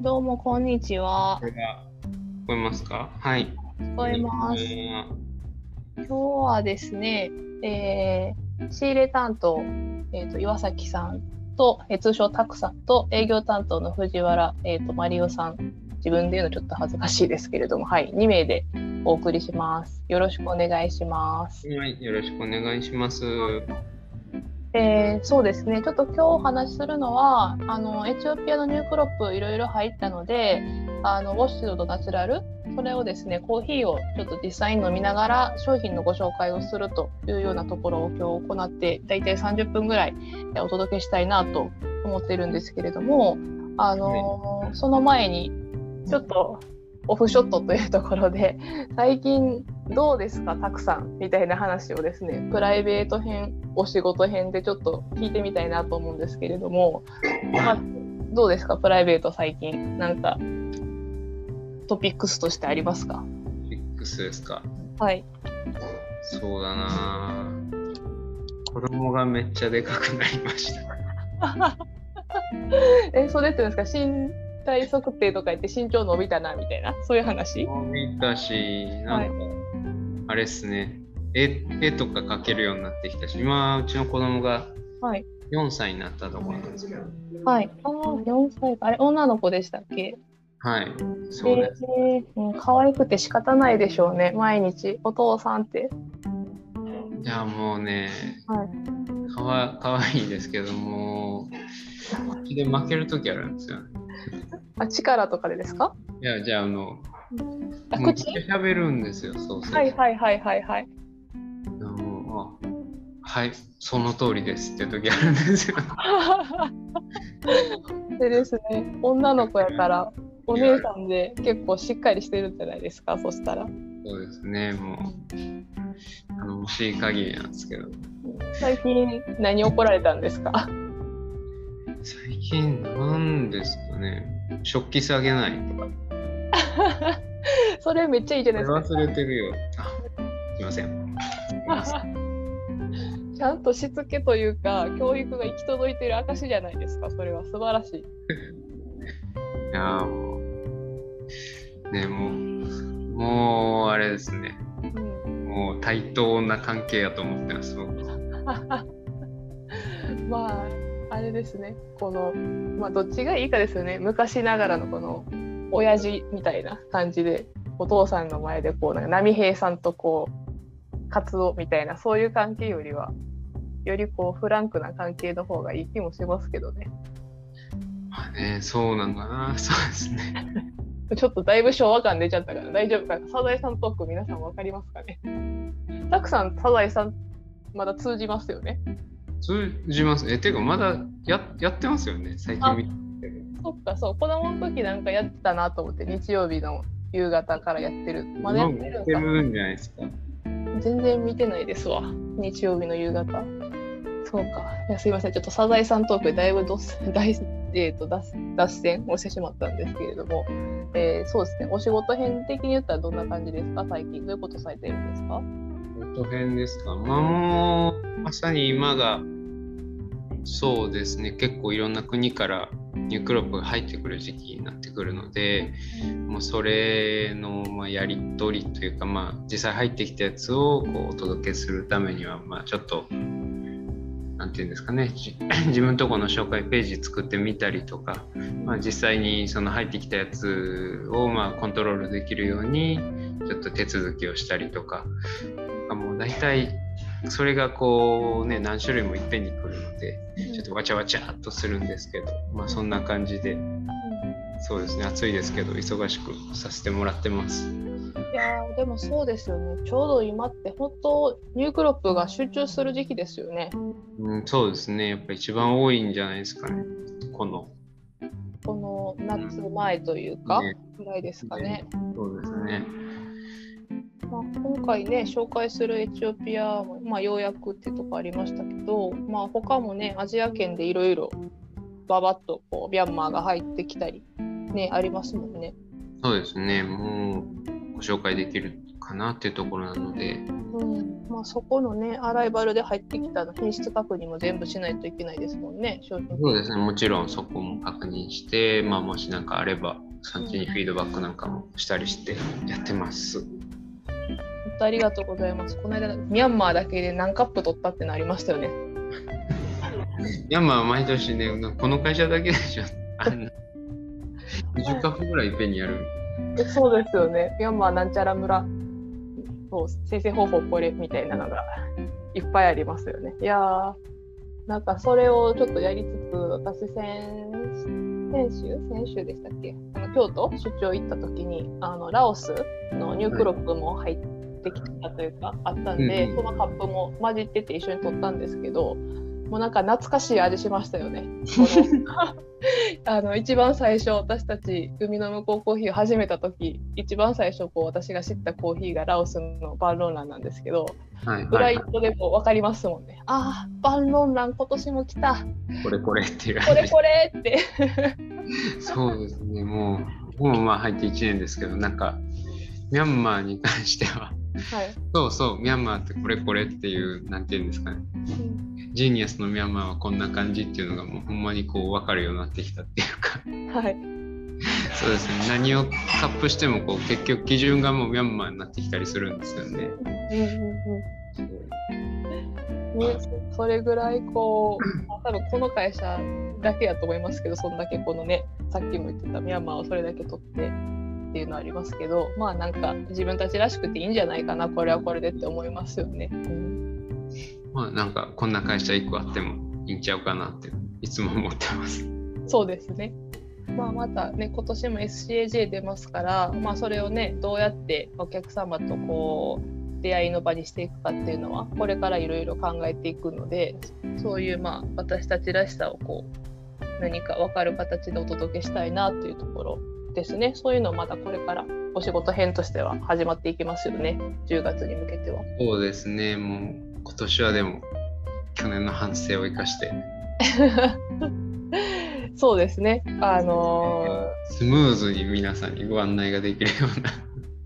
どうもこんにちは。 これが聞こえますか？はい。 聞こえます。今日はですね、仕入れ担当、岩崎さんと、通称タクさんと営業担当の藤原、マリオさん、自分で言うのちょっと恥ずかしいですけれども、はい、2名でお送りします。よろしくお願いします。 はい、よろしくお願いします。 そうですね、ちょっと今日お話しするのはエチオピアのニュークロップいろいろ入ったので、ウォッシュドとナチュラル、それをですね、コーヒーをちょっと実際に飲みながら商品のご紹介をするというようなところを今日行って、だいたい30分ぐらいお届けしたいなと思ってるんですけれども、その前にちょっとオフショットというところで、最近どうですかたくさんみたいな話をですね、プライベート編、お仕事編でちょっと聞いてみたいなと思うんですけれども、どうですかプライベート最近なんかトピックスとしてありますか？ トピックスですか？ はい。 そうだな。子供がめっちゃでかくなりました。 それってですか、身体測定とか言って身長伸びたなみたいな、そういう話？ 伸びたし、なんか、あれっすね。絵とか描けるようになってきたし、今、うちの子供が4歳になったところなんですけど。 はい。4歳か。あれ、女の子でしたっけ？ はい、そうです。 可愛くて仕方ないでしょうね、毎日。お父さんって。 いや、もうね、かわいいですけども、口で負けるときあるんですよね。 力とかでですか？ いや、じゃあ、 口喋るんですよ、そう。 はい。 はい、その通りですって時あるんですよ。 でですね、女の子やからお姉さんで結構しっかりしてるんじゃないですか、そしたら。 そうですね、もう頼もしい限りなんですけど。 最近何怒られたんですか？ 最近なんですかね、食器下げないとか。 それめっちゃいいじゃないですか。 忘れてるよ。すいません。 ちゃんとしつけというか教育が行き届いている証じゃないですか。それは素晴らしい。 いやもうね、もうあれですね、もう対等な関係やと思ってます僕は。 まああれですね、このどっちがいいかですよね。昔ながらのこの親父みたいな感じでお父さんの前でこうなんか波平さんとこうカツオみたいな、そういう関係よりはよりこうフランクな関係の方がいい気もしますけどね。 まあね、そうなんだな。そうですね。 ちょっとだいぶ昭和感出ちゃったから大丈夫かな。サザエさんトーク皆さん分かりますかね。たくさんサザエさんまだ通じますよね。 通じます。ていうかまだやってますよね、最近見て。 そっか、そう、子供の時なんかやってたなと思って、日曜日の夕方からやってる。まだやってるんか。 やってるんじゃないですか。 全然見てないですわ、日曜日の夕方。そうか。いやすいません、ちょっとサザエさんトークでだいぶ脱線をしてしまったんですけれども、そうですね、お仕事編的に言ったらどんな感じですか？最近どういうことされてるんですか？ 仕事編ですか。もうまさに今がそうですね、結構いろんな国からニュークロップが入ってくる時期になってくるので、もうそれのやり取りというか、実際入ってきたやつをこうお届けするためには、ちょっとなんていうんですかね、自分のところの紹介ページ作ってみたりとか、実際にその入ってきたやつをコントロールできるようにちょっと手続きをしたりとか、もう大体それがこうね、何種類もいっぺんに来るのでちょっとわちゃわちゃっとするんですけど、そんな感じで、そうですね、暑いですけど忙しくさせてもらってます。 いやでもそうですよね。ちょうど今って本当ニュークロップが集中する時期ですよね。 そうですね、やっぱ一番多いんじゃないですかね、この夏前というか、ぐらいですかね。 そうですね。 今回ね紹介するエチオピアも、ようやくっていうとこありましたけど、他もねアジア圏でいろいろババッとこうミャンマーが入ってきたりねありますもんね。 そうですね、もうご紹介できるかなっていうところなので、 まあ、そこのねアライバルで入ってきたの品質確認も全部しないといけないですもんね。 そうですね、もちろんそこも確認して、まあ、もし何かあれば産地にフィードバックなんかもしたりしてやってます。 本当ありがとうございます。この間ミャンマーだけで何カップ取ったってなりましたよね。 ミャンマーは毎年ね、この会社だけでしょ。20カップぐらいいっぺんにやる。 そうですよね。ミャンマーなんちゃら村そう生成方法これみたいなのがいっぱいありますよね。いやーなんかそれをちょっとやりつつ、私先週でしたっけ、京都出張行った時にラオスのニュークロップも入ってきたというか、あったんで、そのカップも混じってて一緒に取ったんですけど、もうなんか懐かしい味しましたよね。一番最初私たち海の向こうコーヒーを始めた時、一番最初こう私が知ったコーヒーがラオスのバンロンランなんですけど、ブライトでも分かりますもんね。ああバンロンラン今年も来た、 これこれっていうこれこれってそうですね、もうまあ入って1年ですけど、なんかミャンマーに関しては、そうミャンマーってこれこれっていうなんていうんですかね、ジーニアスのミャンマーはこんな感じっていうのがもうほんまにこう分かるようになってきたっていうか、そうですね、何をカップしてもこう結局基準がもうミャンマーになってきたりするんですよね。 それぐらいこう多分この会社だけやと思いますけど、そんだけこのねさっきも言ってたミャンマーをそれだけ取ってっていうのはありますけど、まあなんか自分たちらしくていいんじゃないかな、これはこれでって思いますよね。 まあなんかこんな会社1個あってもいいんちゃうかなっていつも思ってます。 そうですね。まあまたね今年も SCAJ 出ますから、まあそれをねどうやってお客様とこう出会いの場にしていくかっていうのはこれからいろいろ考えていくので、そういうまあ私たちらしさをこう何か分かる形でお届けしたいなというところですね。そういうのまたこれからお仕事編としては始まっていきますよね、10月に向けては。 そうですね、もう今年はでも去年の反省を生かしてそうですね、 スムーズに皆さんにご案内ができるような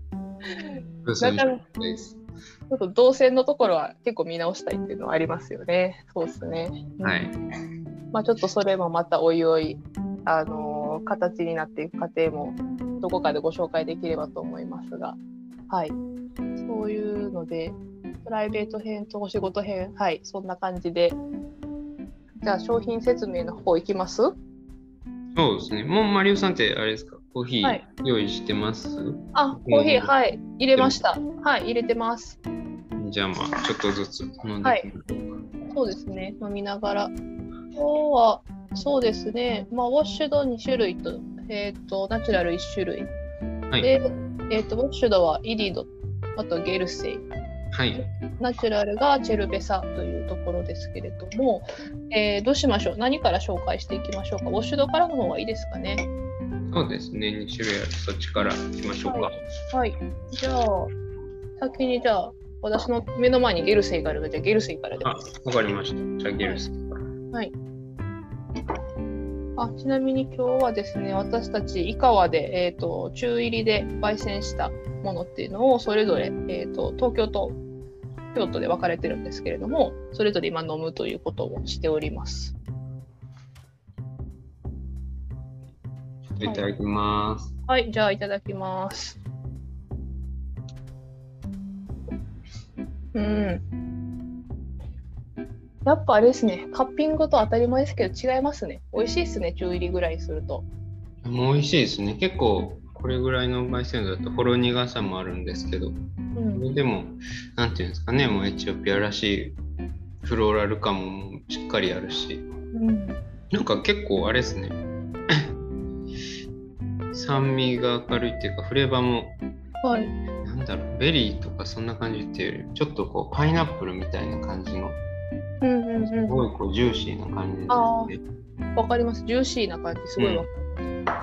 ちょっと動線のところは結構見直したいっていうのはありますよね。そうですね。まあちょっとそれもまたおいおい形になっていく過程もどこかでご紹介できればと思いますが、はい、そういうのでプライベート編とお仕事編、はい、そんな感じで、じゃあ商品説明の方いきます？ そうですね。もうマリオさんってあれですか、コーヒー用意してます？ あ、コーヒー、はい、入れました。はい、入れてます。 じゃあまあちょっとずつ飲んでいきましょうか。 はい、そうですね。飲みながら。今日はそうですね。まあウォッシュド2種類とナチュラル1種類。で、ウォッシュドはイリド、あとゲルセイ。ナチュラルがチェルベサというところですけれども、どうしましょう。何から紹介していきましょうか。ウォッシュドからの方がいいですかね。 そうですね。2種類ある。そっちからいきましょうか。 はい。じゃあ先に私の目の前にゲルセイがあるので、ゲルセイからで。 わかりました。じゃあゲルセイから。 はい。ちなみに今日はですね、私たち井川で、中入りで焙煎したものっていうのをそれぞれ、東京と京都で分かれてるんですけれども、それぞれ今飲むということをしております。 いただきます。 はい、じゃあいただきます。やっぱあれですね、カッピングと当たり前ですけど違いますね。美味しいですね、中入りぐらいすると。 もう美味しいですね。結構これぐらいの焙煎度だとほろ苦さもあるんですけど、でもなんていうんですかね、もうエチオピアらしいフローラル感もしっかりあるし、なんか結構あれですね酸味が明るいっていうか、フレーバーも、なんだろう、ベリーとかそんな感じっていうよりちょっとこうパイナップルみたいな感じの、すごいこうジューシーな感じですね。 わかります。ジューシーな感じすごいわかります。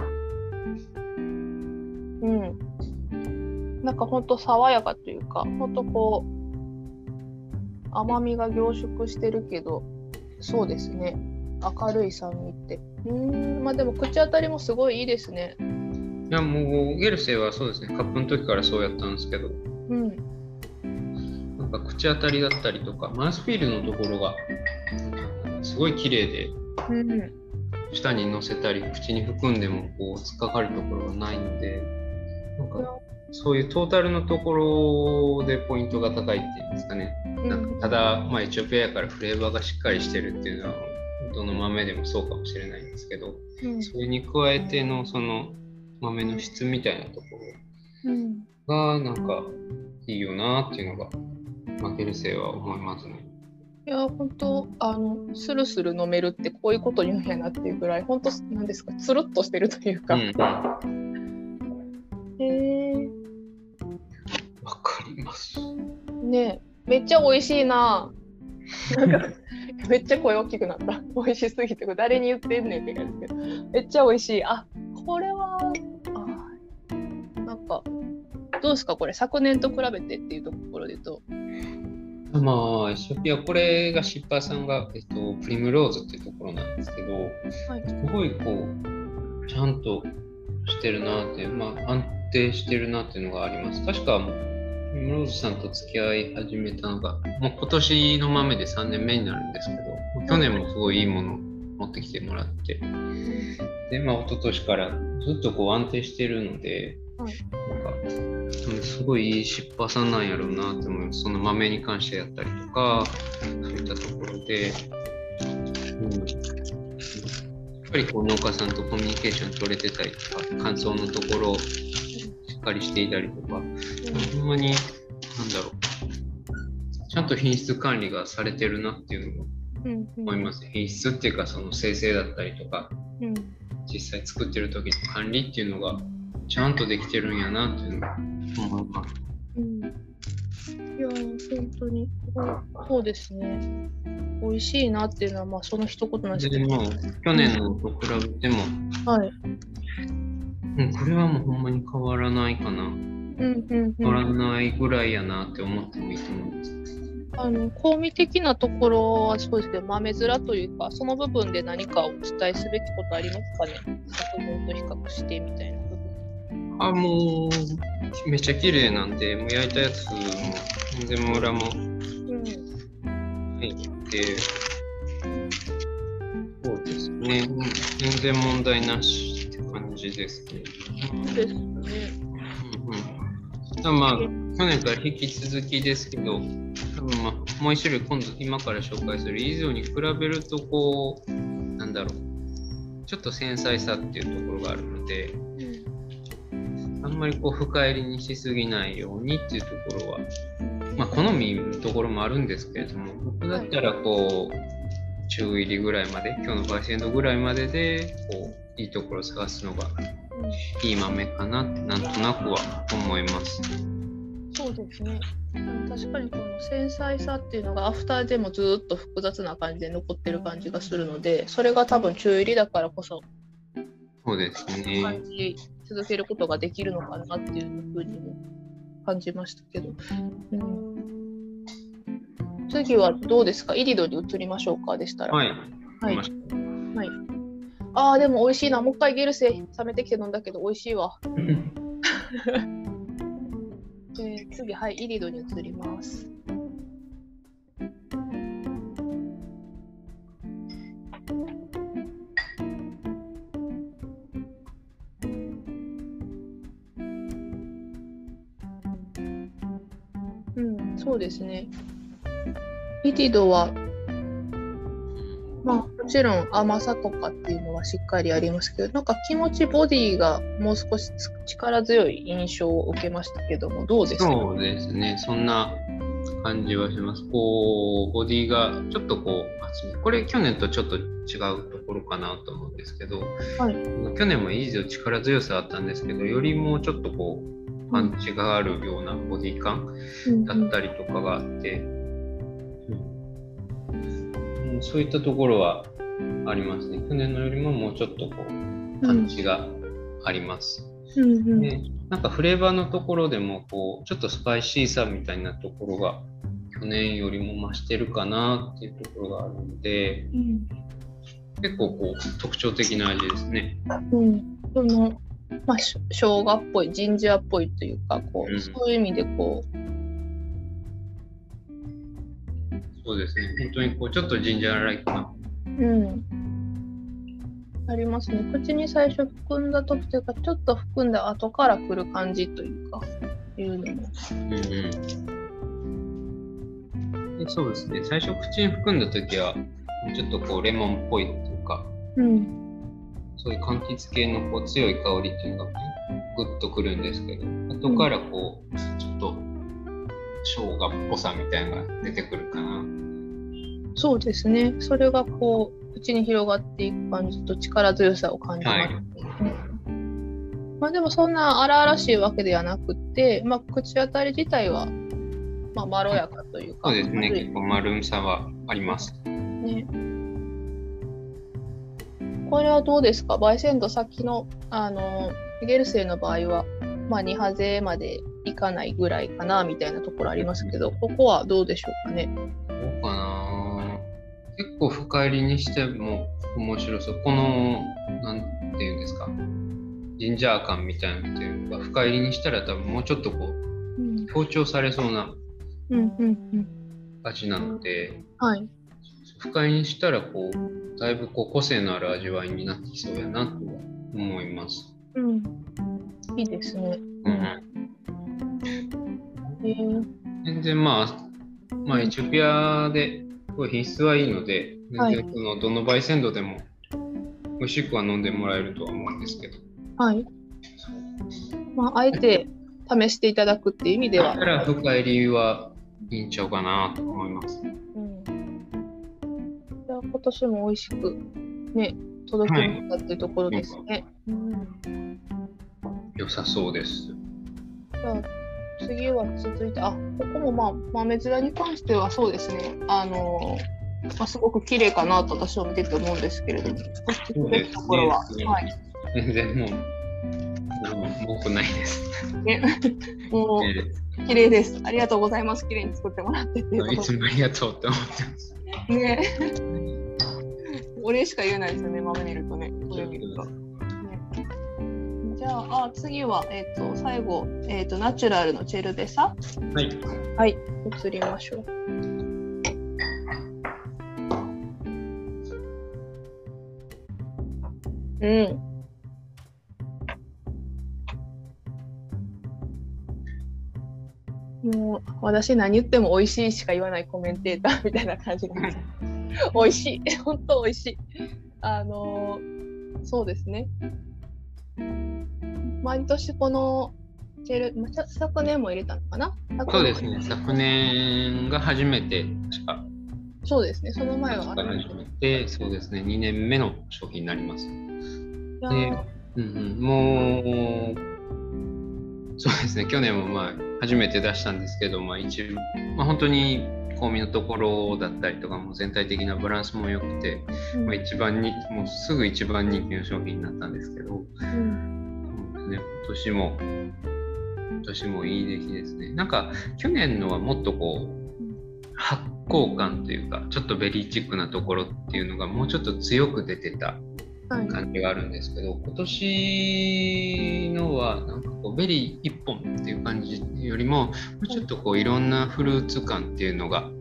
なんかほんと爽やかというか、ほんとこう甘みが凝縮してるけど、そうですね、明るい酸味って。まあでも口当たりもすごいいいですね。 いやもうゲルセイはそうですね、カップの時からそうやったんですけど、 なんか口当たりだったりとか、マウスフィールのところがすごい綺麗で、舌に乗せたり口に含んでもこう突っかかるところがないので、なんかそういうトータルのところでポイントが高いっていうんですかね。なんかただ、エチオピアやからフレーバーがしっかりしてるっていうのはどの豆でもそうかもしれないんですけど、それに加えてのその豆の質みたいなところがなんかいいよなっていうのがマケルセイは思いますね。 いや本当スルスル飲めるってこういうこと言うんやなっていうぐらい本当なんですか、つるっとしてるというか。 わかります。 ね、めっちゃ美味しいな。なんかめっちゃ声大きくなった。美味しすぎて誰に言ってんねんって感じですけど、めっちゃ美味しい。あ、これはなんかどうですかこれ、昨年と比べてっていうところで言うと。 エチオピア、これがシッパーさんが、プリムローズっていうところなんですけど、すごいこうちゃんとしてるなって、安定してるなっていうのがあります。確かプリムローズさんと付き合い始めたのがもう今年の豆で3年目になるんですけど、去年もすごいいいものを持ってきてもらって、で一昨年からずっとこう安定してるので、なんかすごいいいシッパーさんなんやろうなって思います。その豆に関してやったりとか、そういったところで、やっぱりこう農家さんとコミュニケーション取れてたりとか、乾燥のところをしっかりしていたりとか、ほんまにちゃんと品質管理がされてるなっていうのを思います。品質っていうかその生成だったりとか、実際作ってる時の管理っていうのがちゃんとできてるんやなっていうのを思います。 いや本当にそうですね。美味しいなっていうのはその一言なんですけど、 去年のと比べても、これはもうほんまに変わらないかな。変わらないぐらいやなって思ってもいいと思います。 香味的なところはそうですけど、豆面というかその部分で何かお伝えすべきことありますかね。昨年と比較してみたいな部分。 もうめっちゃ綺麗なんで、もう焼いたやつも全然ムラも入って、そうですね、全然問題なしって感じですね。 ですね。 去年から引き続きですけど、多分もう一種類今から紹介する以上に比べるとこうちょっと繊細さっていうところがあるので、あんまりこう深入りにしすぎないようにっていうところは、好みのところもあるんですけれども、僕だったらこう中入りぐらいまで、今日の焙煎度ぐらいまででこういいところを探すのがいい豆かなってなんとなくは思います。 そうですね。確かにこの繊細さっていうのがアフターでもずっと複雑な感じで残ってる感じがするので、それが多分中入りだからこそそうですね、 感じ続けることができるのかなっていうふうにも感じましたけど、次はどうですか。イリドに移りましょうか。でしたらでも美味しいな。もう一回ゲルセイ冷めてきて飲んだけど美味しいわ。次イリドに移ります。そうですね。イリドはもちろん甘さとかっていうのはしっかりありますけど、なんか気持ちボディがもう少し力強い印象を受けましたけども、どうですか。 そうですね、そんな感じはします。こうボディがちょっとこうこれ去年とちょっと違うところかなと思うんですけど、去年も以上力強さあったんですけど、よりもうちょっとこうパンチがあるようなボディ感だったりとかがあって、そういったところはありますね。去年のよりももうちょっとこうパンチがあります。でなんかフレーバーのところでもこうちょっとスパイシーさみたいなところが去年よりも増してるかなっていうところがあるので、結構こう特徴的な味ですね。 そのまあ、生姜っぽい、ジンジャーっぽいというか、そういう意味でそうですね。本当にちょっとジンジャーライクな。 ありますね。口に最初含んだ時というか、ちょっと含んだ後から来る感じというか、いうのも。 でそうですね。最初口に含んだ時は、ちょっとレモンっぽいというか、そういう柑橘系の強い香りっていうのがグッとくるんですけど、後からちょっと生姜っぽさみたいなのが出てくるかな。 そうですね。それが口に広がっていく感じと力強さを感じます。まあでもそんな荒々しいわけではなくて、まあ、口当たり自体はまあまろやかというか。 そうですね。結構丸さはあります。 ね。これはどうですか？焙煎度先のゲルセイの場合は、まあ、2ハゼまでいかないぐらいかなみたいなところありますけど、ここはどうでしょうかね。 どうかな。結構深入りにしても面白そう。なんていうんですか、ジンジャー感みたいなっていうのが深入りにしたら多分もうちょっと強調されそうな味なので、深入りにしたらだいぶ個性のある味わいになってきそうやなと思います。 いいですね。 全然まあエチオピアで品質はいいので、全然どの焙煎度でも美味しくは飲んでもらえるとは思うんですけど。 まあ、あえて試していただくっていう意味では。 だから深入りはいいんちゃうかなと思います。 じゃあ今年も美味しくね届けましたっていうところですね。 良さそうです。 じゃあ次は続いて、ここも豆面に関してはそうですね。すごく綺麗かなと私は見てて思うんですけれども、少し触れるところは、 全然もう文句ないです。 もう綺麗です。ありがとうございます。綺麗に作ってもらってっていうことで。 いつもありがとうって思ってます。 お礼しか言えないですよね。豆見るとね。じゃあ、次は最後ナチュラルのチェルベサ。移りましょう。もう私何言っても美味しいしか言わないコメンテーターみたいな感じなんです。美味しい、本当美味しい。そうですね。毎年このチェル、昨年も入れたのかな？ そうですね。昨年が初めて確か。 そうですね。その前は初めて、そうですね。2年目の商品になります。もうそうですね。去年も初めて出したんですけど、本当に香味のところだったりとかも全体的なバランスも良くて、もうすぐ一番人気の商品になったんですけど、今年もいい出来ですね。なんか去年のはもっと発酵感というか、ちょっとベリーチックなところっていうのがもうちょっと強く出てた感じがあるんですけど、今年のはなんかベリー一本っていう感じよりも、ちょっといろんなフルーツ感っていうのが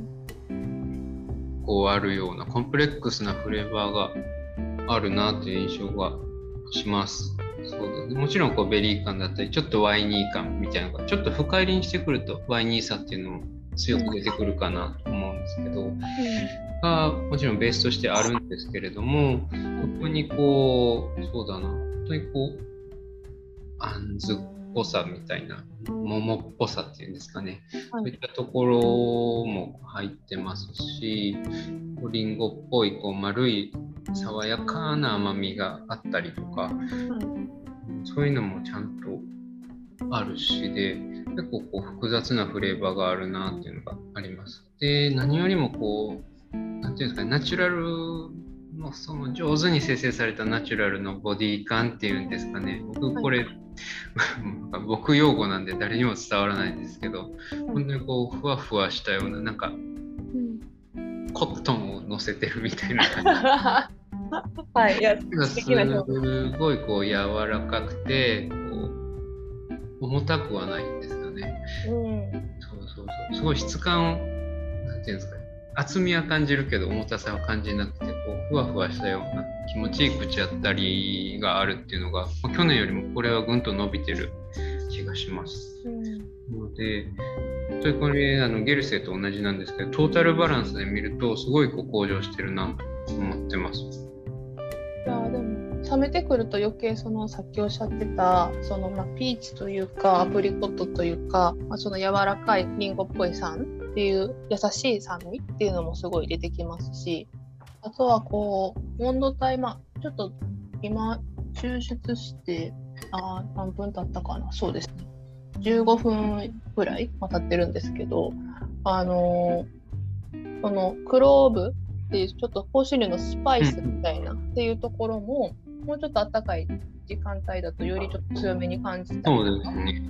あるようなコンプレックスなフレーバーがあるなという印象がします。そうですね、もちろんベリー感だったりちょっとワイニー感みたいなのがちょっと深入りにしてくるとワイニーさっていうのも強く出てくるかなと思うんですけど、もちろんベースとしてあるんですけれども、そこにそうだな、本当にあんずっぽさみたいな、桃っぽさっていうんですかね、そういったところも入ってますし、リンゴっぽい丸い爽やかな甘みがあったりとか、そういうのもちゃんとあるしで、結構複雑なフレーバーがあるなっていうのがあります。で、何よりもなんていうんですかね、ナチュラルのその上手に生成されたナチュラルのボディ感っていうんですかね。僕これ、僕用語なんで誰にも伝わらないんですけど、本当にふわふわしたような、なんか、コットンを乗せてるみたいな感はい、いや、素がす敵な表現。 ごいこう柔らかくてこう重たくはないんですよね。 うん。 そうそうそう。すごい質感を、なんていうんですかね。厚みは感じるけど重たさは感じなくて、こうふわふわしたような気持ちいい口当たりがあるっていうのが、まあ去年よりもこれはぐんと伸びてる気がします。 うん。 ので、これゲルセイと同じなんですけど、トータルバランスで見るとすごいこう向上してるなと思ってます。 いやでも冷めてくると余計そのさっきおっしゃってたその、ピーチというかアプリコットというか、その柔らかいリンゴっぽい酸っていう優しい酸味っていうのもすごい出てきますし、あとはこう温度帯、ちょっと今抽出して何分経ったかな、そうですね、15分ぐらい経ってるんですけど、そのクローブっていうちょっと香辛料のスパイスみたいなっていうところも、もうちょっと暖かい時間帯だとよりちょっと強めに感じたりとか、 そうですね。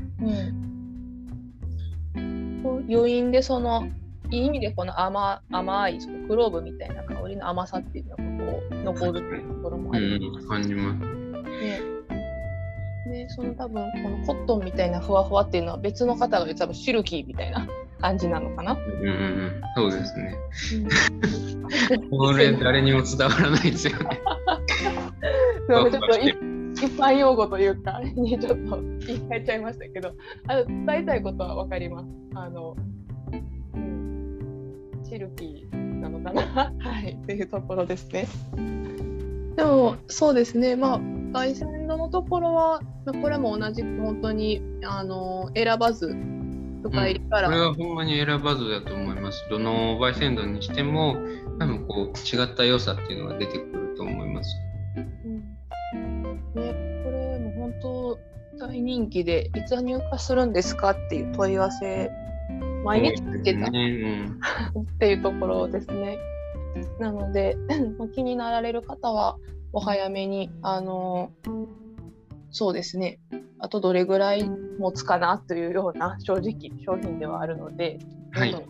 余韻でそのいい意味でこの甘いそのクローブみたいな香りの甘さっていうのがこう残るっていうところもあります、 感じます。 でその多分このコットンみたいなふわふわっていうのは別の方が言うと多分シルキーみたいな感じなのかな。 そうですね。これ誰にも伝わらないですよね。 ちょっと一般用語というかにちょっと言い換えちゃいましたけど、伝えたいことは分かります。シルキーなのかなはいっていうところですね。でもそうですね、外線度のところはこれも同じく本当に選ばず深入りから、 これはほんまに選ばずだと思います。どの焙煎度にしても多分こう違った良さっていうのが出てくると思います。 これも本当大人気で、いつ入荷するんですかっていう問い合わせ毎日来てた、っていうところですね。なので気になられる方はお早めにそうですね、あとどれぐらい持つかなというような正直商品ではあるので、どんどん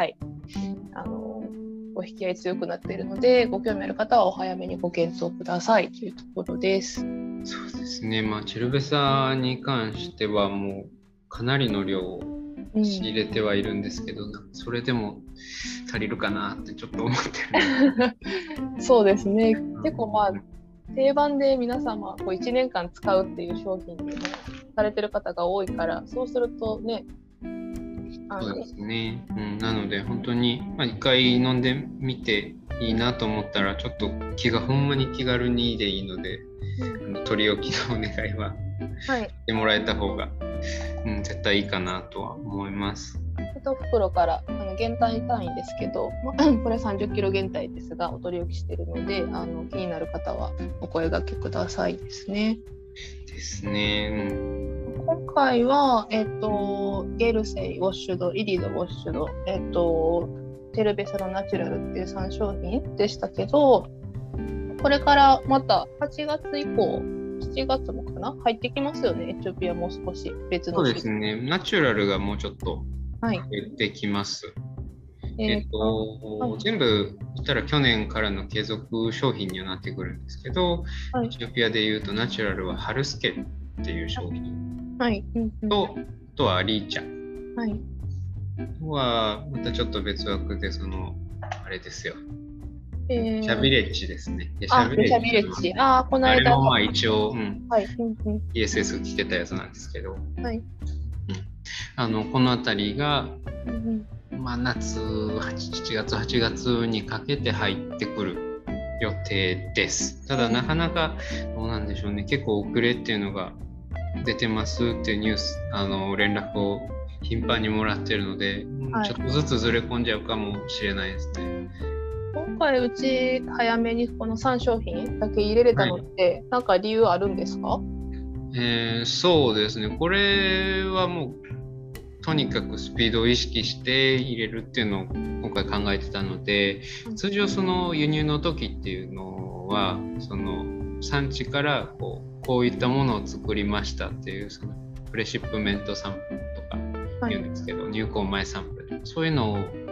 ご引き合い強くなっているので、ご興味ある方はお早めにご検討くださいというところです。 そうですね、チルベサに関してはもうかなりの量を仕入れてはいるんですけど、それでも足りるかなってちょっと思ってるそうですね、結構定番で皆様こう1年間使うっていう商品にされてる方が多いから、そうするとね、 そうですね、なので本当に一回飲んでみていいなと思ったら、ちょっとほんまに気軽にでいいので、取り置きのお願いはしてもらえた方が、絶対いいかなとは思います。 1袋から減単単位ですけど、これ30キロ減単ですがお取り置きしているので、気になる方はお声掛けくださいですね。 ですね。 今回は、ゲルセイ、ウォッシュド、イリド、ウォッシュド、テルベサのナチュラルっていう3商品でしたけど、これからまた8月以降、7月もかな入ってきますよね。エチオピアもう少し別の。 そうですね。ナチュラルがもうちょっと減ってきます。全部言ったら去年からの継続商品にはなってくるんですけど、エチオピアでいうとナチュラルはハルスケっていう商品、とあとはアリーチャ、はまたちょっと別枠であれですよ。シャビレッジですね。 シャビレッジ。この間。 あれも一応、ESS 聞けたやつなんですけど、この辺りが、夏、7月、8月にかけて入ってくる予定です。ただなかなかどうなんでしょうね。結構遅れっていうのが出てますっていうニュース、連絡を頻繁にもらってるので、ちょっとずつずれ込んじゃうかもしれないですね。 今回うち早めにこの3商品だけ入れれたのって、なんか理由あるんですか？ そうですね。これはもうとにかくスピードを意識して入れるっていうのを今回考えてたので、通常その輸入の時っていうのはその産地からこういったものを作りましたっていうそのプレシップメントサンプルとか言うんですけど、入港前サンプルそういうのを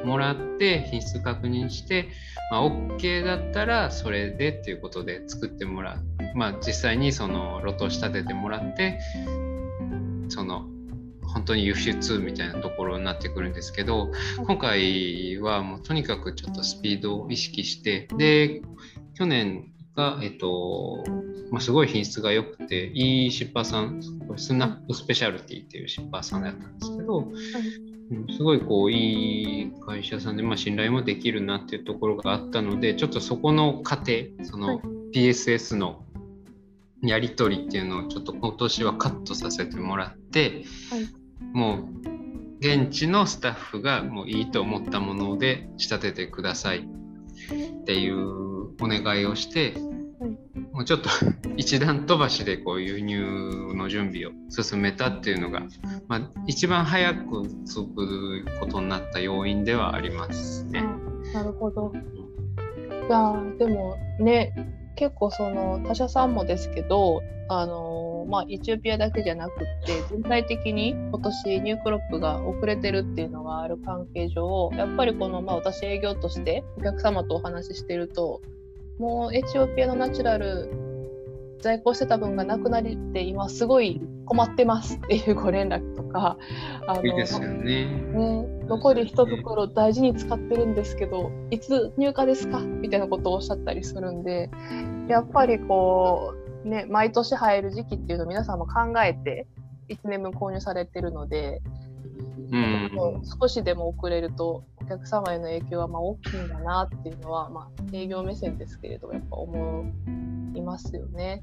もらって品質確認して、OK だったらそれでっていうことで作ってもらう、実際にそのロト仕立ててもらってその本当に輸出みたいなところになってくるんですけど、今回はもうとにかくちょっとスピードを意識して、で去年が、すごい品質が良くていい出版さん、スナップスペシャルティっていう出版さんだったんですけど、すごいいい会社さんで、信頼もできるなっていうところがあったので、ちょっとそこの過程、その PSS のやり取りっていうのをちょっと今年はカットさせてもらって、もう現地のスタッフがもういいと思ったもので仕立ててくださいっていうお願いをして、もうちょっと一段飛ばしで輸入の準備を進めたっていうのが、一番早く作ることになった要因ではありますね。 なるほど。いやでもね、結構その他社さんもですけど、エチオピアだけじゃなくって全体的に今年ニュークロップが遅れてるっていうのがある関係上、やっぱり私営業としてお客様とお話ししてると、もうエチオピアのナチュラル在庫してた分がなくなりって今すごい困ってますっていうご連絡とか、 いいですよね。 残り1袋大事に使ってるんですけどいつ入荷ですかみたいなことをおっしゃったりするんで、やっぱり毎年入る時期っていうのを皆さんも考えて1年分購入されてるので、少しでも遅れるとお客様への影響は大きいんだなっていうのは、営業目線ですけれどやっぱ思いますよね。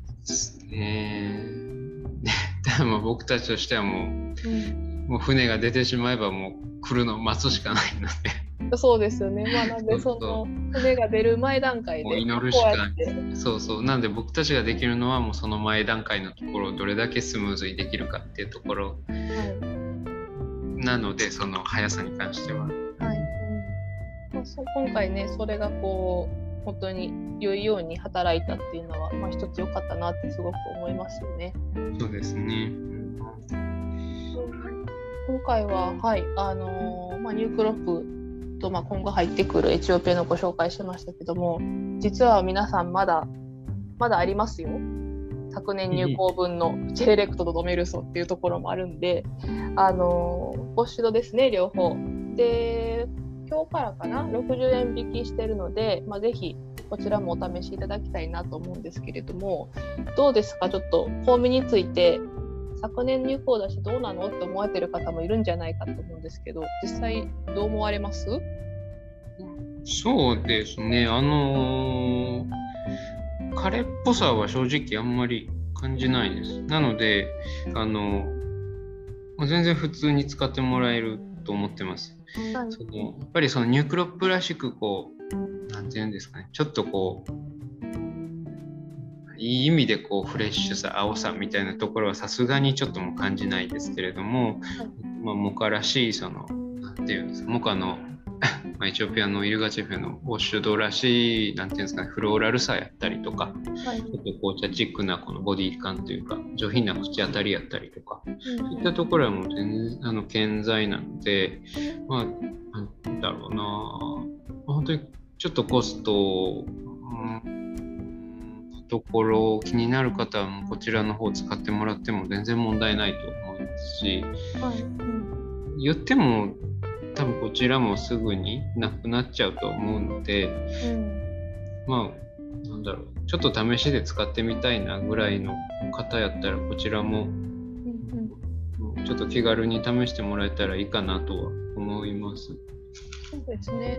でも僕たちとしてはもう船が出てしまえばもう来るのを待つしかないので。 そうですよね。なんでその船が出る前段階で祈るしかない。なんで僕たちができるのはもうその前段階のところをどれだけスムーズにできるかっていうところ、なのでその速さに関しては、 今回ねそれが本当に良いように働いたっていうのは、一つ良かったなってすごく思いますよね。 そうですね。 今回はニュークロップと今後入ってくるエチオピアのご紹介しましたけども、実は皆さんまだありますよ。昨年入稿分のチェレレクトとドメルソっていうところもあるんで、ウォッシュドですね、両方で今日からかな60円引きしてるので、ぜひこちらもお試しいただきたいなと思うんですけれども、どうですか、ちょっとフォームについて昨年入稿だしどうなのって思われてる方もいるんじゃないかと思うんですけど、実際どう思われます？ そうですね、彼っぽさは正直あんまり感じないです。なので全然普通に使ってもらえると思ってます。やっぱりそのニュークロップらしくなんていうんですかね、ちょっといい意味でフレッシュさ、青さみたいなところはさすがにちょっとも感じないですけれども、モカらしいなんていうんですか、モカのエチオピアのイルガチェフェのウォッシュドらしいなんていうんですかね、フローラルさやったりとか、ちょっと紅茶チックなこのボディ感というか上品な口当たりやったりとか、そういったところはもう全然健在なので、なんだろうな、本当にちょっとコスト、ところ気になる方はもうこちらの方を使ってもらっても全然問題ないと思いますし、言っても多分こちらもすぐになくなっちゃうと思うので、なんだろう、ちょっと試しで使ってみたいなぐらいの方やったらこちらもちょっと気軽に試してもらえたらいいかなとは思います。 そうですね。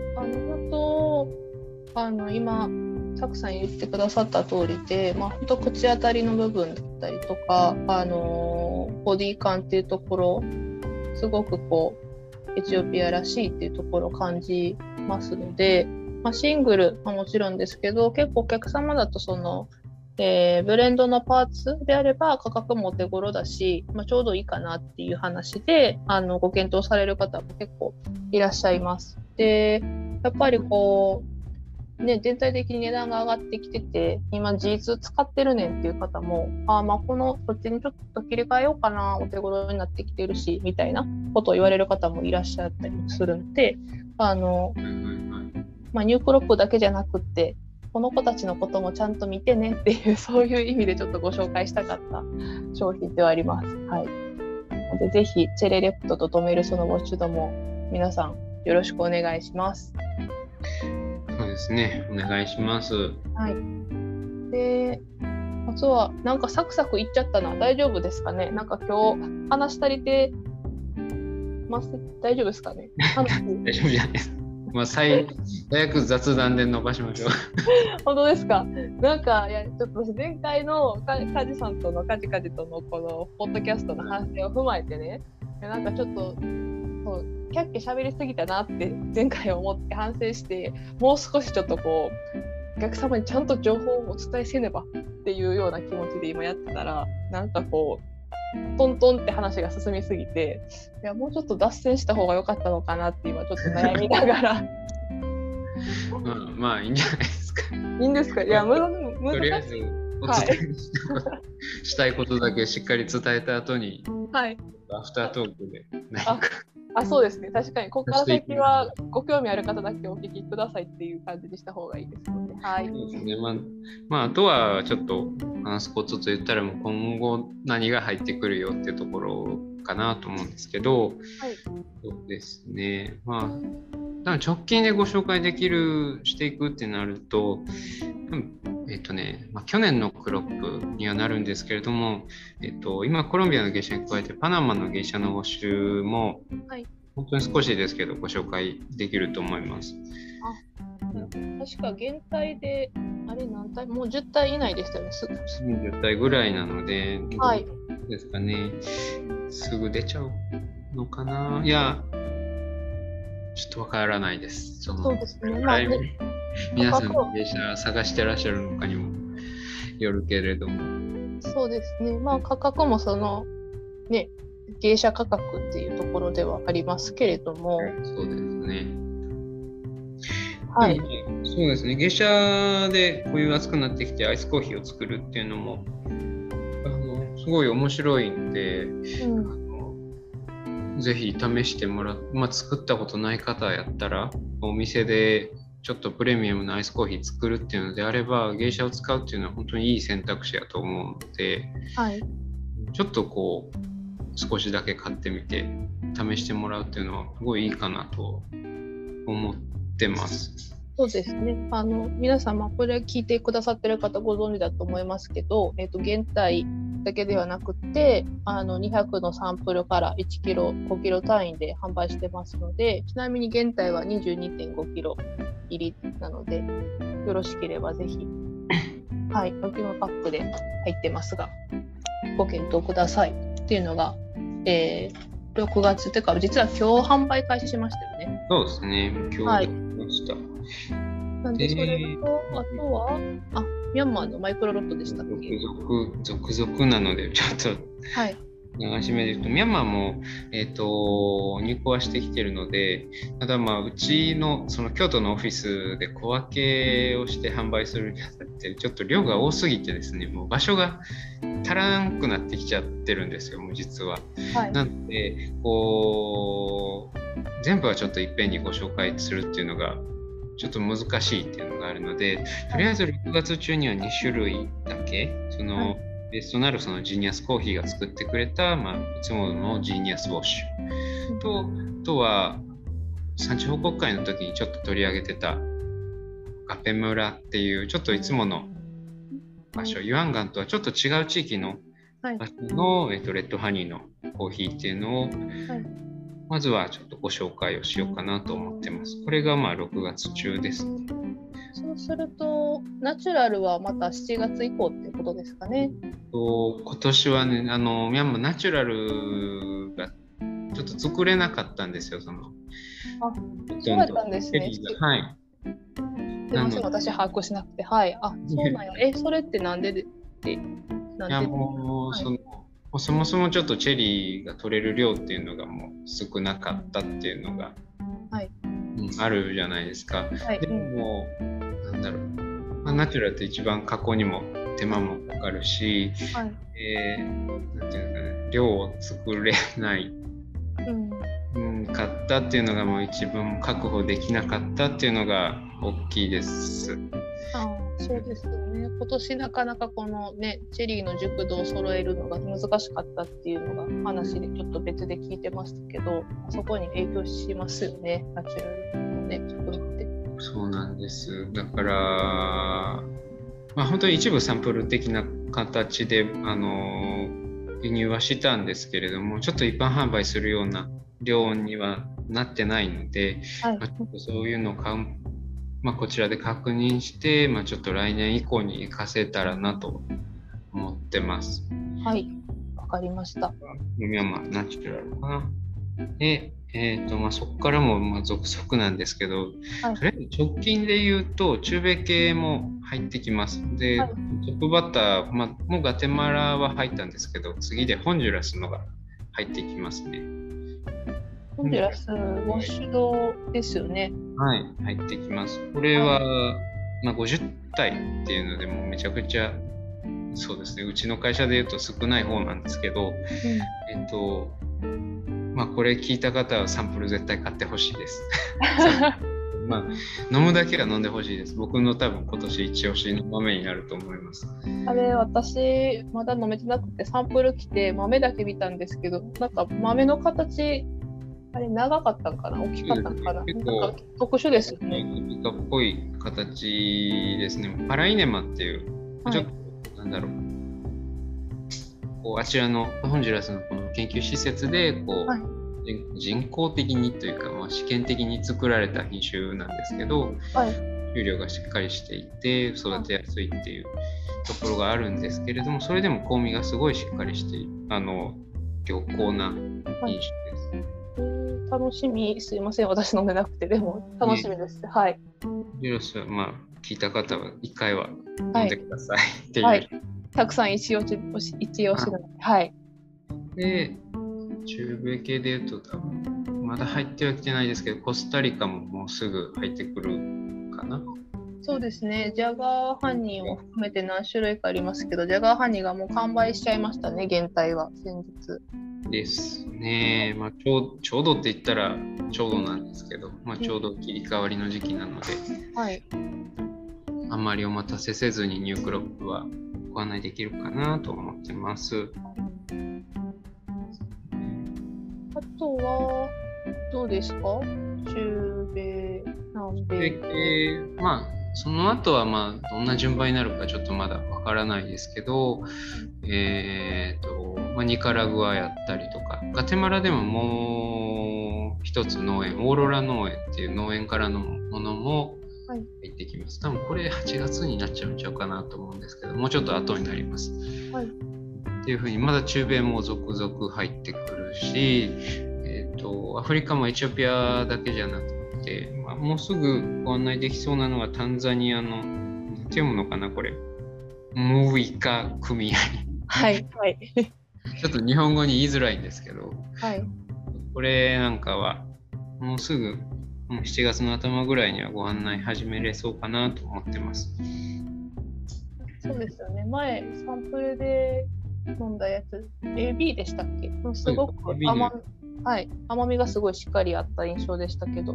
今たくさん言ってくださった通りで、本当口当たりの部分だったりとか、ボディ感っていうところすごくエチオピアらしいっていうところを感じますので、シングルはもちろんですけど、結構お客様だとブレンドのパーツであれば価格もお手頃だし、ちょうどいいかなっていう話でご検討される方も結構いらっしゃいます。で、やっぱり全体的に値段が上がってきてて、今 G2 使ってるねんっていう方も、こっちにちょっと切り替えようかな、お手頃になってきてるしみたいなことを言われる方もいらっしゃったりするので、 ニュークロップだけじゃなくって、この子たちのこともちゃんと見てねっていう、そういう意味でちょっとご紹介したかった商品ではあります。はい。でぜひチェレレプトとトメルソのウォッシュドも皆さんよろしくお願いします。 そうですね、お願いします。 はい。で、あとはなんかサクサクいっちゃったな。大丈夫ですかね。なんか今日話し足りてます。大丈夫ですかね。 大丈夫じゃないです。最悪雑談で伸ばしましょう。 本当ですか。なんかいやちょっと前回のカジさんとのカジとのこのポッドキャストの反省を踏まえてね、なんかちょっとそうキャッキャ喋りすぎたなって前回思って反省して、もう少しちょっとこうお客様にちゃんと情報をお伝えせねばっていうような気持ちで今やってたら、なんかこうトントンって話が進みすぎて、いやもうちょっと脱線した方が良かったのかなって今ちょっと悩みながらまあいいんじゃないですか。 いいんですか。いや難とりあえずお伝えしたいことだけしっかり伝えた後に、はい、アフタートークで何かそうですね。確かにここから先はご興味ある方だけお聞きくださいっていう感じにした方がいいですので、はい。 そうですね。あとはちょっと話すことと言ったら、もう今後何が入ってくるよっていうところかなと思うんですけど、はい、そうですね。直近でご紹介していくってなると、去年のクロップにはなるんですけれども、今コロンビアの芸者に加えてパナマの芸者のウォッシュも、はい、本当に少しですけどご紹介できると思います。 確か現体であれ何体もう10体以内でしたよね。 10体ぐらいなので、 はい、 どうですかね。すぐ出ちゃうのかな。いやちょっとわからないです。 そうですね。 皆さんの芸者探してらっしゃるのかにもよるけれども。そうですね。価格もそのね、芸者価格っていうところではありますけれども。 そうですね。 はい。 そうですね。芸者でこういう暑くなってきてアイスコーヒーを作るっていうのもすごい面白いんで。ぜひ試してもらう、作ったことない方やったらお店でちょっとプレミアムなアイスコーヒー作るっていうのであれば芸者を使うっていうのは本当にいい選択肢やと思うので、はい、ちょっとこう少しだけ買ってみて試してもらうっていうのはすごいいいかなと思ってます。 そうですね。皆様これ聞いてくださってる方ご存知だと思いますけど、原体だけではなくて200のサンプルから1キロ5キロ単位で販売してますので、ちなみに原体は 22.5 キロ入りなので、よろしければぜひはい、5キロパックで入ってますがご検討くださいっていうのが、6月というか実は今日販売開始しましたよね。 そうですね。今日出ました。 なんでそれとあとはミャンマーのマイクロロットでしたっけ？ 続々なのでちょっと、はい、流し目で言うとミャンマーも、入庫はしてきてるので、ただうちのその京都のオフィスで小分けをして販売するにあたってちょっと量が多すぎてですね、もう場所が足らなくなってきちゃってるんですよ、もう実は。はい、なので全部はちょっといっぺんにご紹介するっていうのがちょっと難しいっていうのがあるので、とりあえず6月中には2種類だけベースとなるそのジーニアスコーヒーが作ってくれた、いつものジーニアスウォッシュと、あとは産地報告会の時にちょっと取り上げてたガペ村っていうちょっといつもの場所、ユアンガンとはちょっと違う地域の場所の、レッドハニーのコーヒーっていうのを、まずはちょっとご紹介をしようかなと思ってます。これが6月中ですね。 そうするとナチュラルはまた7月以降ってことですかね。 今年はね、ミャンマーナチュラルがちょっと作れなかったんですよ。 そうだったんですね。 はい。 でも私把握しなくて、はい。そうなんや。それってなんでそもそもちょっとチェリーが取れる量っていうのがもう少なかったっていうのが、はいあるじゃないですか。はい、でも、ナチュラルって一番加工にも手間もかかるし、はいなんていうのかな、量を作れない、 かったっていうのがもう一番確保できなかったっていうのが大きいです。 そうですよね。今年なかなかこのねチェリーの熟度を揃えるのが難しかったっていうのが話でちょっと別で聞いてましたけど、そこに影響しますよね、ナチュラルのね熟度って。 そうなんです。だから、本当に一部サンプル的な形で輸入はしたんですけれども、ちょっと一般販売するような量にはなってないので、ちょっとそういうのをこちらで確認して、ちょっと来年以降に活かせたらなと思ってます。 はい、わかりました。 ミャンマーナチュラルかな。で、そこからも続々なんですけど、とりあえず直近で言うと中米系も入ってきます。で、トップバッター、もうガテマラは入ったんですけど、次でホンジュラスのが入ってきますね。 ホンジュラス、ウォッシュドですよね。 はい、入ってきます。これは、50体っていうのでもめちゃくちゃ、そうですね、うちの会社で言うと少ない方なんですけど、これ聞いた方はサンプル絶対買ってほしいです。飲むだけは飲んでほしいです。僕の多分今年一押しの豆になると思います。 あれ、私まだ飲めてなくてサンプル来て豆だけ見たんですけど、なんか豆の形あれ長かったんかな、大きかったんかな、結構なんか特殊ですよね。 イカっぽい形ですね。パライネマっていう、ちょっとなんだろう、あちらのホンジュラスのこの研究施設で人工的にというか、試験的に作られた品種なんですけど、収量がしっかりしていて育てやすいっていうところがあるんですけれども、それでも香味がすごいしっかりして良好な品種です。 楽しみ。すいません、私飲んでなくて、でも楽しみです。はい。 ジュラスは聞いた方は1回は飲んでくださいっていう。 たくさん一押しなので。はい。 で、中米系でいうと多分まだ入ってはきてないですけど、コスタリカももうすぐ入ってくるかな。 そうですね。ジャガーハニーも含めて何種類かありますけど、ジャガーハニーがもう完売しちゃいましたね、現体は先日。 ですね。ちょうどって言ったらちょうどなんですけど、ちょうど切り替わりの時期なので、あんまりお待たせせずにニュークロップはご案内できるかなと思ってます。 あとはどうですか？中米、南米。 その後はどんな順番になるかちょっとまだわからないですけど、ニカラグアやったりとか、ガテマラでももう一つ農園、オーロラ農園っていう農園からのものも入ってきます。多分これ8月になっちゃうんちゃうかなと思うんですけど、もうちょっと後になります。っていうふうにまだ中米も続々入ってくるし、アフリカもエチオピアだけじゃなくて、もうすぐご案内できそうなのがタンザニアのなんて読むのかな、これムウイカ組合ちょっと日本語に言いづらいんですけど、これなんかはもうすぐ7月の頭ぐらいにはご案内始めれそうかなと思ってます。 そうですよね。前サンプルで飲んだやつ AB でしたっけ？すごく甘みがすごいしっかりあった印象でしたけど。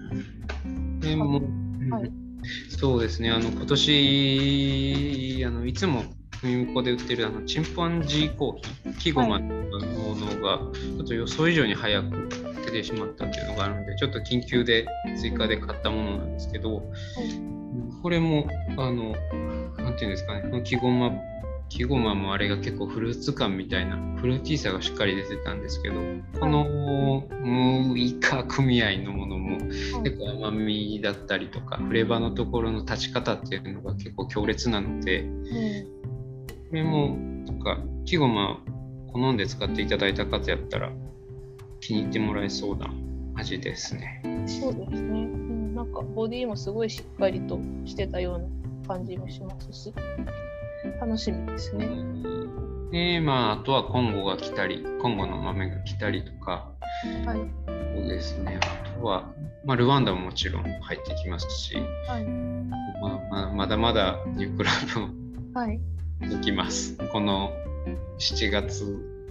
そうですね。今年いつも向こうで売ってるチンパンジーコーヒー、キゴマのものがちょっと予想以上に早く出てしまったっていうのがあるので、ちょっと緊急で追加で買ったものなんですけど、これもなんていうんですかね、このキゴマもあれが結構フルーツ感みたいなフルーティーさがしっかり出てたんですけど、このムイカ組合のものも結構甘みだったりとかフレーバーのところの立ち方っていうのが結構強烈なので、これもキゴマ好んで使っていただいた方やったら気に入ってもらえそうな味ですね。 そうですね。なんかボディもすごいしっかりとしてたような感じもしますし、楽しみですね。 あとはコンゴが来たり、コンゴの豆が来たりとか、そうですね。あとは、ルワンダももちろん入ってきますし、まだまだニュークラブもできます。この7月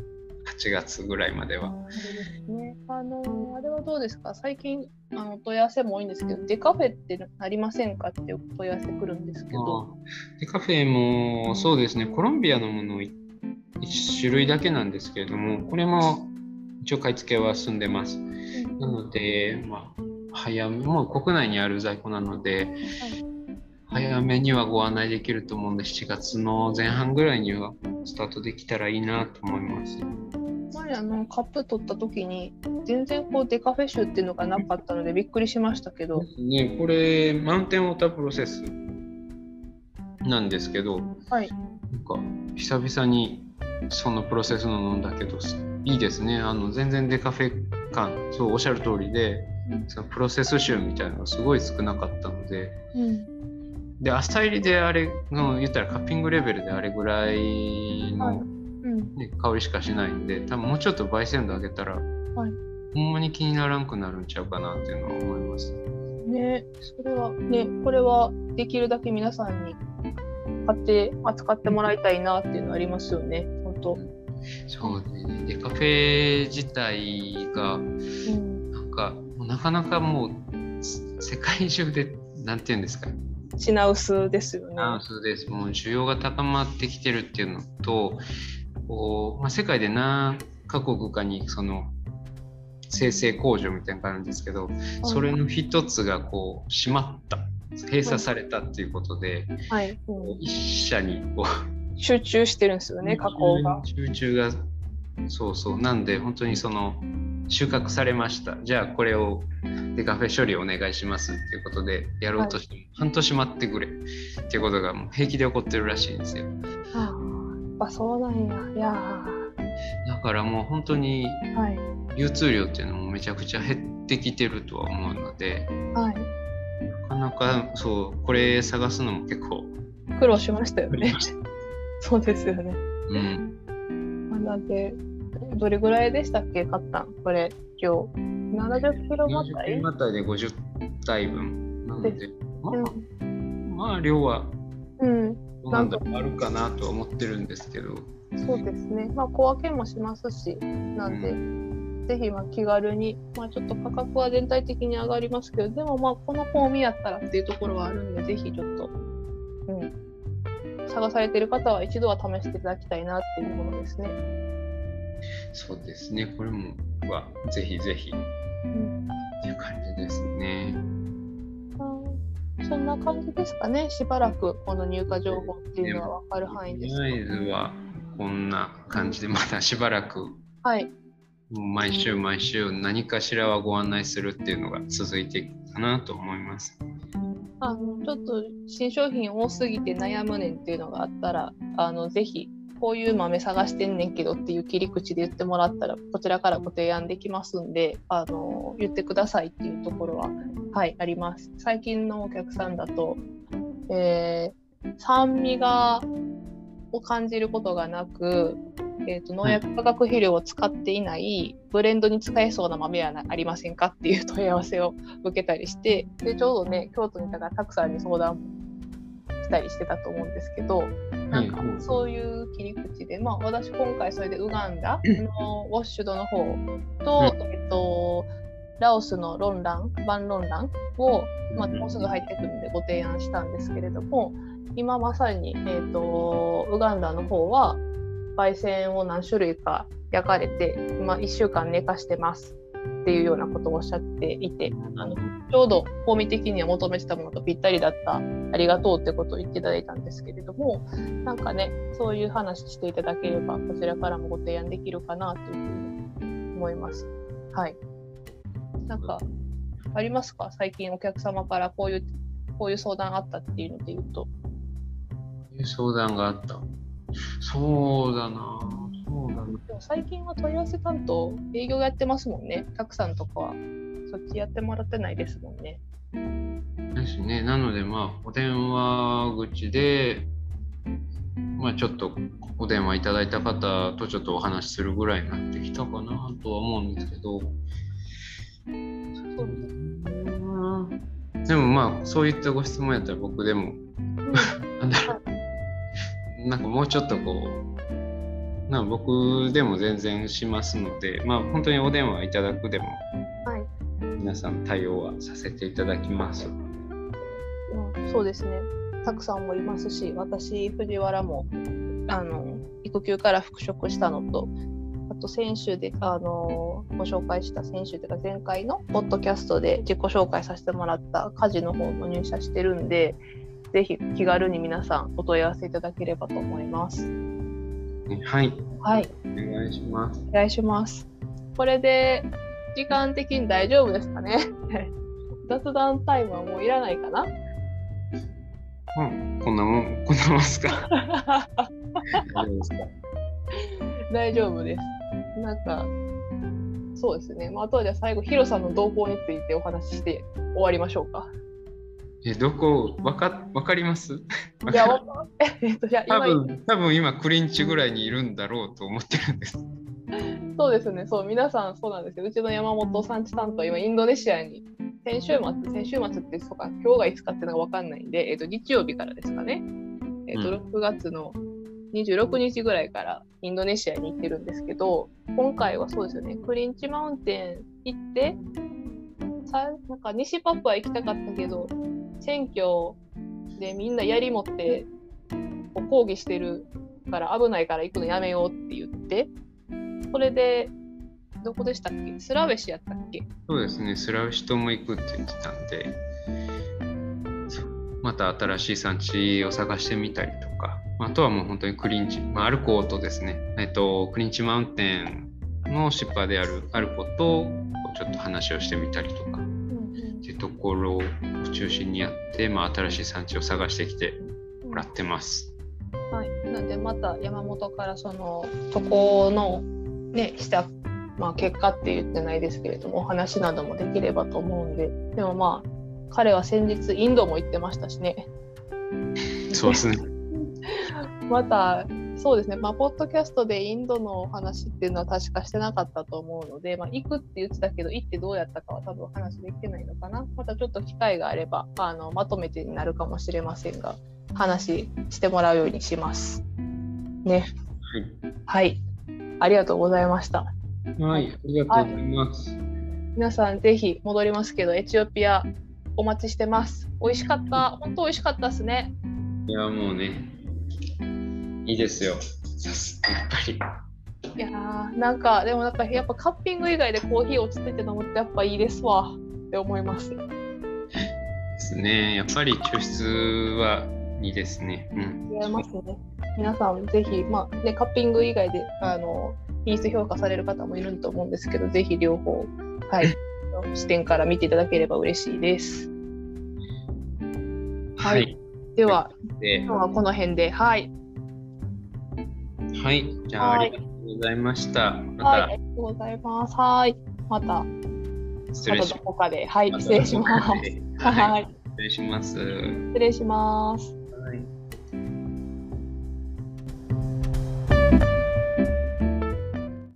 8月ぐらいまでは。 ですね。あれはどうですか？最近問い合わせも多いんですけど、デカフェってありませんかってよく問い合わせくるんですけど。 デカフェもそうですね、コロンビアのもの1種類だけなんですけれども、これも一応買い付けは済んでます。なので、早め、もう国内にある在庫なので、早めにはご案内できると思うんで、7月の前半ぐらいにはスタートできたらいいなと思います。 前カップ取った時に全然デカフェ臭っていうのがなかったのでびっくりしましたけど、 ね、これマウンテンウォータープロセスなんですけど、 はい、 なんか久々にそのプロセスの飲んだけどいいですね。全然デカフェ感、そうおっしゃる通りで、そのプロセス臭みたいなのがすごい少なかったので、で浅入りであれの言ったらカッピングレベルであれぐらいの、香りしかしないんで、多分もうちょっと焙煎度上げたら、ほんまに気にならんくなるんちゃうかなっていうのは思います。 ね、それはね、これはできるだけ皆さんに買って扱ってもらいたいなっていうのありますよね、本当。 そうね、デカフェ自体が、なかなかもう世界中でなんていうんですか、 品薄ですよね。 品薄です。もう需要が高まってきてるっていうのと、世界で何カ国かにその生成工場みたいな感じですけど、それの一つが閉まった、閉鎖されたっていうことで、一社に集中してるんですよね、加工が。 集中が、なんで本当に収穫されました。じゃあこれをデカフェ処理お願いしますっていうことでやろうとしても、半年待ってくれっていうことがもう平気で起こってるらしいんですよ。 そうなんや。いやだからもう本当に流通量っていうのもめちゃくちゃ減ってきてるとは思うので、なかなかこれ探すのも結構苦労しましたよね。そうですよね。なんでどれぐらいでしたっけ、買ったんこれ今日70キロまたい 70キロまたいで50体分なので、量は何度もあるかなとは思ってるんですけど、 そうですね、小分けもしますし、なんで、ぜひ気軽に、ちょっと価格は全体的に上がりますけど、でもこの香味やったらっていうところはあるんで、ぜひちょっと、探されている方は一度は試していただきたいなっていうものですね。 そうですね、これもぜひぜひっていう感じですね。 そんな感じですかね。しばらくこの入荷情報っていうのは分かる範囲ですか。 とりあえずはこんな感じでまたしばらく、もう毎週毎週何かしらはご案内するっていうのが続いていくかなと思います。 ちょっと新商品多すぎて悩むねんっていうのがあったら、ぜひこういう豆探してんねんけどっていう切り口で言ってもらったら、こちらからご提案できますんで、言ってくださいっていうところは、あります。最近のお客さんだと、酸味を感じることがなく、農薬化学肥料を使っていないブレンドに使えそうな豆はありませんかっていう問い合わせを受けたりして、でちょうどね、京都にいたからたくさんに相談したりしてたと思うんですけど、そういう切り口で、私今回それでウガンダのウォッシュドの方と、ラオスのバンロンランを、もうすぐ入ってくるのでご提案したんですけれども、今まさに、ウガンダの方は焙煎を何種類か焼かれて、今1週間寝かしてますっていうようなことをおっしゃっていて、ちょうど香味的には求めてたものとぴったりだった、ありがとうってことを言っていただいたんですけれども、そういう話していただければこちらからもご提案できるかなというふうに思います。ありますか、最近お客様からこういう相談あったっていうので言うと。 相談があった。そうだな。 最近は問い合わせ担当営業やってますもんね。たくさんとかはそっちやってもらってないですもんね。 ですね。なのでお電話口でちょっとお電話いただいた方とちょっとお話しするぐらいになってきたかなとは思うんですけど。でもそういったご質問やったら僕でももうちょっと僕でも全然しますので、本当にお電話いただくでも、 はい、 皆さん対応はさせていただきます。 そうですね。たくさんもいますし、私藤原も育休から復職したのと、あと先週でご紹介した先週というか前回のポッドキャストで自己紹介させてもらった家事の方も入社してるんで、ぜひ気軽に皆さんお問い合わせいただければと思います。 はい、 はい、 お願いします。 お願いします。これで時間的に大丈夫ですかね雑談タイムはもういらないかな。 こんなもんすか大丈夫ですか？ 大丈夫です。なんかそうですね。あとはじゃあ最後ヒロさんの動向についてお話しして終わりましょうか。 どこわかります？ いや多分今クリンチぐらいにいるんだろうと思ってるんです。 そうですね。そう皆さんそうなんですよ。うちの山本さんちさんと今インドネシアに先週末ってそうか今日がいつかっていうのが分かんないんで、日曜日からですかね。6月の26日ぐらいからインドネシアに行ってるんですけど、今回はそうですよね。クリンチマウンテン行ってなんか西パプア行きたかったけど選挙でみんな槍持って抗議してるから危ないから行くのやめようって言って、それでどこでしたっけ？スラウェシやったっけ？ そうですね、スラウェシ島も行くって言ってたんで、また新しい産地を探してみたりとか、あとはもう本当にクリンチ、アルコとですね、クリンチマウンテンのシッパーであるアルコとちょっと話をしてみたりとか、っていうところを中心にやって、新しい産地を探してきてもらってます。 はい、なのでまた山本からその渡航のねした結果って言ってないですけれどもお話などもできればと思うんで、でも彼は先日インドも行ってましたしね。 そうですね。 またそうですね、ポッドキャストでインドのお話っていうのは確かしてなかったと思うので、行くって言ってたけど行ってどうやったかは多分話できてないのかな。またちょっと機会があればまとめてになるかもしれませんが話してもらうようにしますね。はい、ありがとうございました。 はい、ありがとうございます。 皆さんぜひ戻りますけどエチオピアお待ちしてます。美味しかった、本当美味しかったですね。 いやもうねいいですよ、やっぱり。 いやでもやっぱカッピング以外でコーヒー落ち着いて飲むってやっぱいいですわって思いますですね。やっぱり抽出はいいですね。 違いますね。皆さんぜひカッピング以外で品質評価される方もいると思うんですけど、ぜひ両方視点から見ていただければ嬉しいです。はい。では今日はこの辺ではい、 じゃあありがとうございました。 ありがとうございます。またどこかで失礼します。 失礼します。 失礼します。